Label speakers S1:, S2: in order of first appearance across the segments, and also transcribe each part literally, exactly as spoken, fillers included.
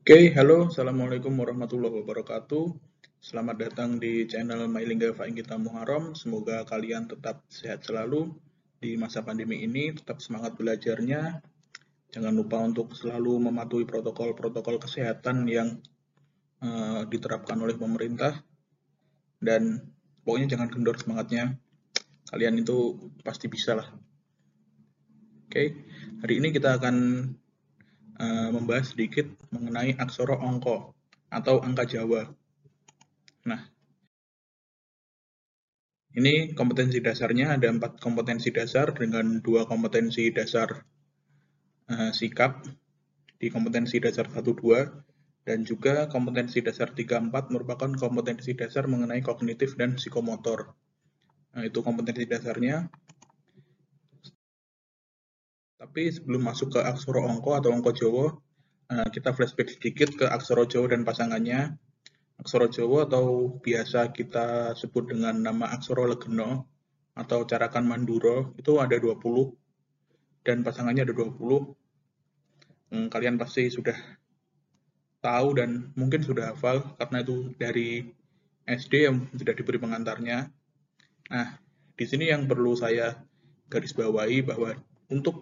S1: Oke, halo, assalamualaikum warahmatullahi wabarakatuh. Selamat datang di channel Mailingga Faingkita Muharram. Semoga kalian tetap sehat selalu di masa pandemi ini, tetap semangat belajarnya. Jangan lupa untuk selalu mematuhi protokol-protokol kesehatan yang uh, diterapkan oleh pemerintah. Dan pokoknya jangan kendor semangatnya. Kalian itu pasti bisa lah. Oke, hari ini kita akan uh, membahas sedikit mengenai aksara ongko atau angka Jawa. Nah, ini kompetensi dasarnya ada empat kompetensi dasar dengan dua kompetensi dasar uh, sikap di kompetensi dasar satu dua dan juga kompetensi dasar tiga empat merupakan kompetensi dasar mengenai kognitif dan psikomotor. Nah, itu kompetensi dasarnya. Tapi sebelum masuk ke aksara ongko atau ongko Jawa, uh, kita flashback sedikit ke aksara Jawa dan pasangannya. Aksara Jawa atau biasa kita sebut dengan nama aksara legena atau carakan mandura itu ada dua puluh dan pasangannya ada dua puluh. Hmm, kalian pasti sudah tahu dan mungkin sudah hafal karena itu dari S D yang sudah diberi pengantarnya. Nah, di sini yang perlu saya garis bawahi bahwa untuk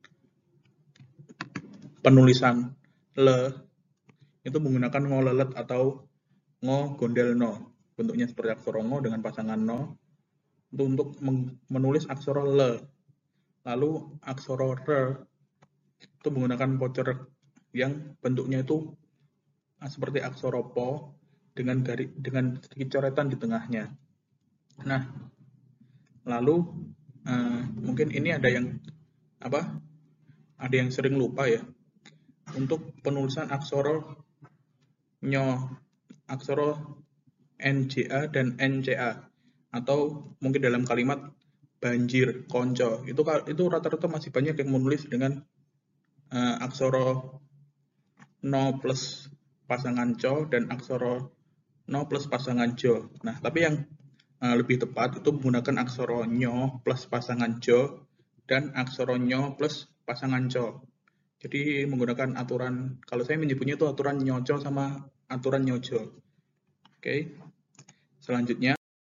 S1: penulisan le itu menggunakan ngolelet atau ngo gondel no. Bentuknya seperti aksara ngo dengan pasangan no. Itu untuk menulis aksara le. Lalu aksara re itu menggunakan pocer yang bentuknya itu seperti aksara po dengan garis dengan sedikit coretan di tengahnya. Nah, lalu uh, mungkin ini ada yang apa? Ada yang sering lupa ya. Untuk penulisan aksara nyo, aksara N J A dan N C A atau mungkin dalam kalimat banjir, konco. Itu itu rata-rata masih banyak yang menulis dengan uh, aksara no plus pasangan co dan aksara no plus pasangan jo. Nah, tapi yang uh, lebih tepat itu menggunakan aksara nyo plus pasangan jo dan aksara nyo plus pasangan co. Jadi menggunakan aturan, kalau saya menyebutnya itu aturan nyoco sama aturan nyojo. Oke, selanjutnya.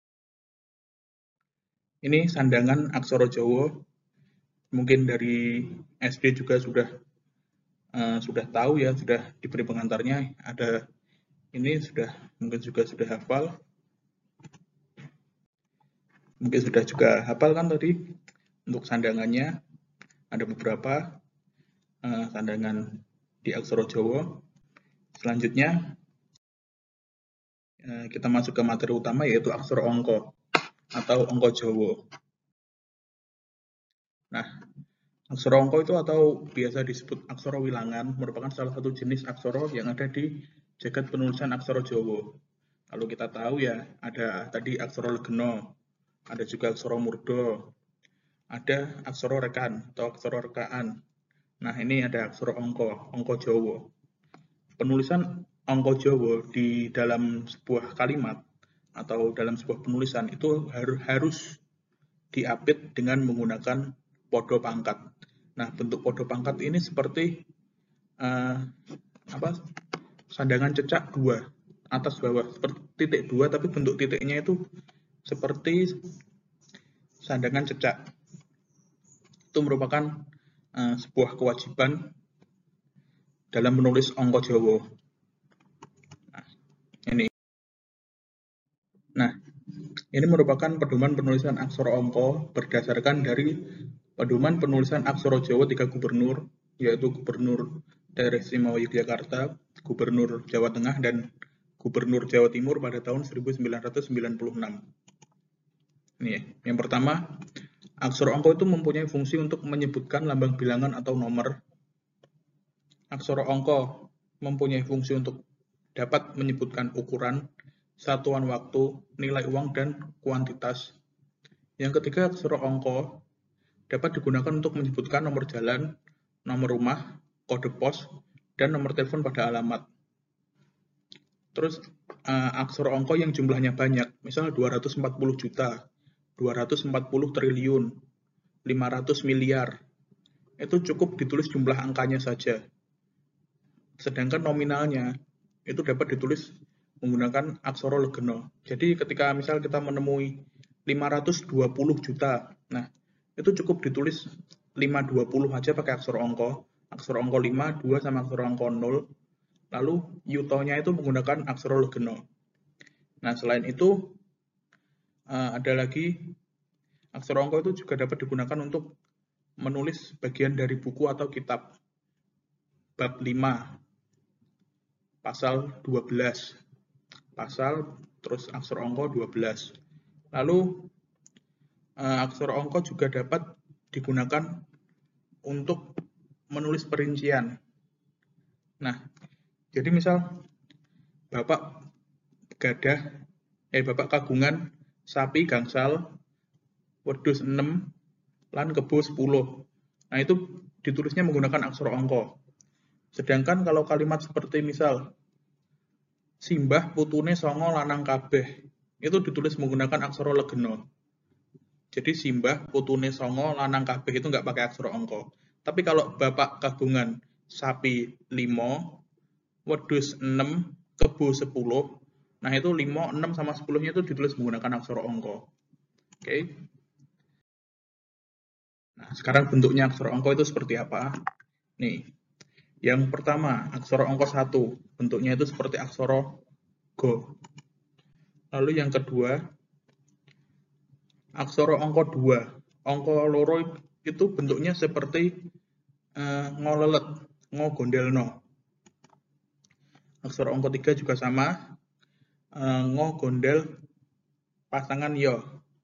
S1: Ini sandangan aksara Jawa. Mungkin dari S D juga sudah uh, sudah tahu ya, sudah diberi pengantarnya. Ada ini sudah mungkin juga sudah hafal. Mungkin sudah juga hafal kan tadi untuk sandangannya. Ada beberapa uh, sandangan di aksara Jawa. Selanjutnya uh, kita masuk ke materi utama yaitu aksara ongko atau ongko Jawa. Nah, aksara ongko itu atau biasa disebut aksara wilangan merupakan salah satu jenis aksara yang ada di jagat penulisan aksara Jawa. Kalau kita tahu ya, ada tadi aksara legena, ada juga aksara murda, ada aksara rekan atau aksara rekaan. Nah, ini ada aksara ongko, ongko Jawa. Penulisan ongko Jawa di dalam sebuah kalimat atau dalam sebuah penulisan itu harus diapit dengan menggunakan podo pangkat. Nah, bentuk podo pangkat ini seperti uh, apa? Sandangan cecak dua, atas bawah, seperti titik dua, tapi bentuk titiknya itu seperti sandangan cecak. Itu merupakan uh, sebuah kewajiban dalam menulis ongko Jawa. Nah, ini. Nah, ini merupakan pedoman penulisan aksara ongko berdasarkan dari pedoman penulisan aksara Jawa tiga gubernur, yaitu Gubernur Daerah Istimewa Yogyakarta, Gubernur Jawa Tengah, dan Gubernur Jawa Timur pada tahun seribu sembilan ratus sembilan puluh enam. Ini, yang pertama, aksara ongko itu mempunyai fungsi untuk menyebutkan lambang bilangan atau nomor. Aksara ongko mempunyai fungsi untuk dapat menyebutkan ukuran, satuan waktu, nilai uang, dan kuantitas. Yang ketiga, aksara ongko dapat digunakan untuk menyebutkan nomor jalan, nomor rumah, kode pos, dan nomor telepon pada alamat. Terus uh, aksara ongko yang jumlahnya banyak, misalnya dua ratus empat puluh juta, dua ratus empat puluh triliun, lima ratus miliar, itu cukup ditulis jumlah angkanya saja. sedangkan nominalnya itu dapat ditulis menggunakan aksara legena. Jadi ketika misal kita menemui lima ratus dua puluh juta, nah itu cukup ditulis lima ratus dua puluh aja pakai aksara angka, aksara angka lima, dua sama aksara angka nol, lalu yutonya itu menggunakan aksara legena. Nah selain itu ada lagi aksara angka itu juga dapat digunakan untuk menulis bagian dari buku atau kitab. Bab lima, pasal dua belas. Pasal, terus aksara angka dua belas. Lalu, aksara angka juga dapat digunakan untuk menulis perincian. Nah, jadi misal Bapak gadah, eh Bapak kagungan sapi gangsal, wedhus enam, lan kebo sepuluh. Nah, itu ditulisnya menggunakan aksara angka. Sedangkan kalau kalimat seperti misal simbah putune songo lanang kabeh, itu ditulis menggunakan aksara legena. Jadi simbah putune songo lanang kabeh itu nggak pakai aksara angka. Tapi kalau bapak kagungan sapi limo, wedhus enam, kebo sepuluh, nah itu lima, enam sama sepuluh-nya itu ditulis menggunakan aksara angka. Oke. Okay. Nah, sekarang bentuknya aksara angka itu seperti apa? Nih. Yang pertama, aksara angka satu, bentuknya itu seperti aksara go. Lalu yang kedua, aksara angka dua, angka loro itu bentuknya seperti uh, ngolelet, ngogondelno. Aksara angka tiga juga sama, uh, ngogondel pasangan yo.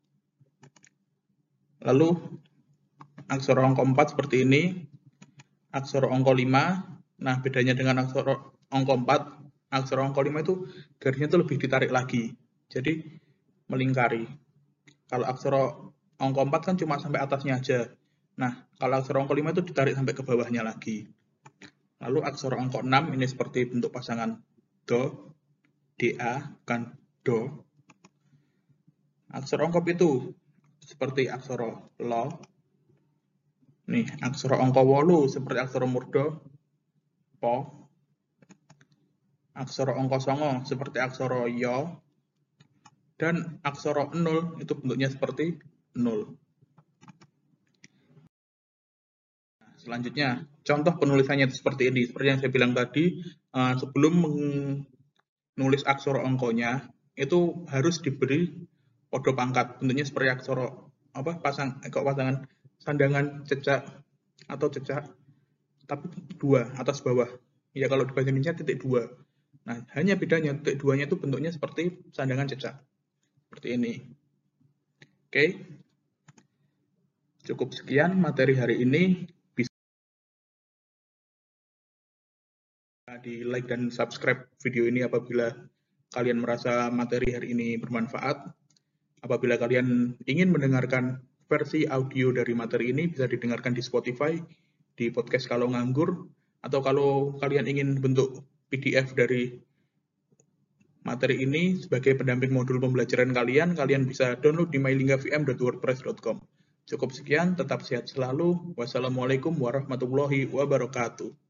S1: Lalu aksara angka empat seperti ini, aksara angka lima, nah bedanya dengan aksara angka empat, aksara angka lima itu garisnya itu lebih ditarik lagi, jadi melingkari. Kalau aksara angka empat kan cuma sampai atasnya aja, nah kalau aksara angka lima itu ditarik sampai ke bawahnya lagi. Lalu aksara angka enam ini seperti bentuk pasangan do, da, bukan do. Aksara angka pitu seperti aksara lo. Nih, aksara angka wolu seperti aksara murda, po. Aksara angka songo seperti aksara yo. Dan aksara nol itu bentuknya seperti nol. Nah, selanjutnya, contoh penulisannya itu seperti ini. Seperti yang saya bilang tadi, sebelum menulis aksara angkanya, itu harus diberi podo pangkat. Bentuknya seperti aksara apa pasang kok pasangan sandangan cecak atau cecak, tapi dua atas bawah. Ya kalau di bahasa Indonesia titik dua. Nah hanya bedanya titik duanya itu bentuknya seperti sandangan cecak, seperti ini. Oke, cukup sekian materi hari ini. Bisa di like dan subscribe video ini apabila kalian merasa materi hari ini bermanfaat. Apabila kalian ingin mendengarkan versi audio dari materi ini, bisa didengarkan di Spotify, di podcast Kalau Nganggur, atau kalau kalian ingin bentuk P D F dari materi ini sebagai pendamping modul pembelajaran kalian, kalian bisa download di mylingga v m dot wordpress dot com. Cukup sekian, tetap sehat selalu. Wassalamualaikum warahmatullahi wabarakatuh.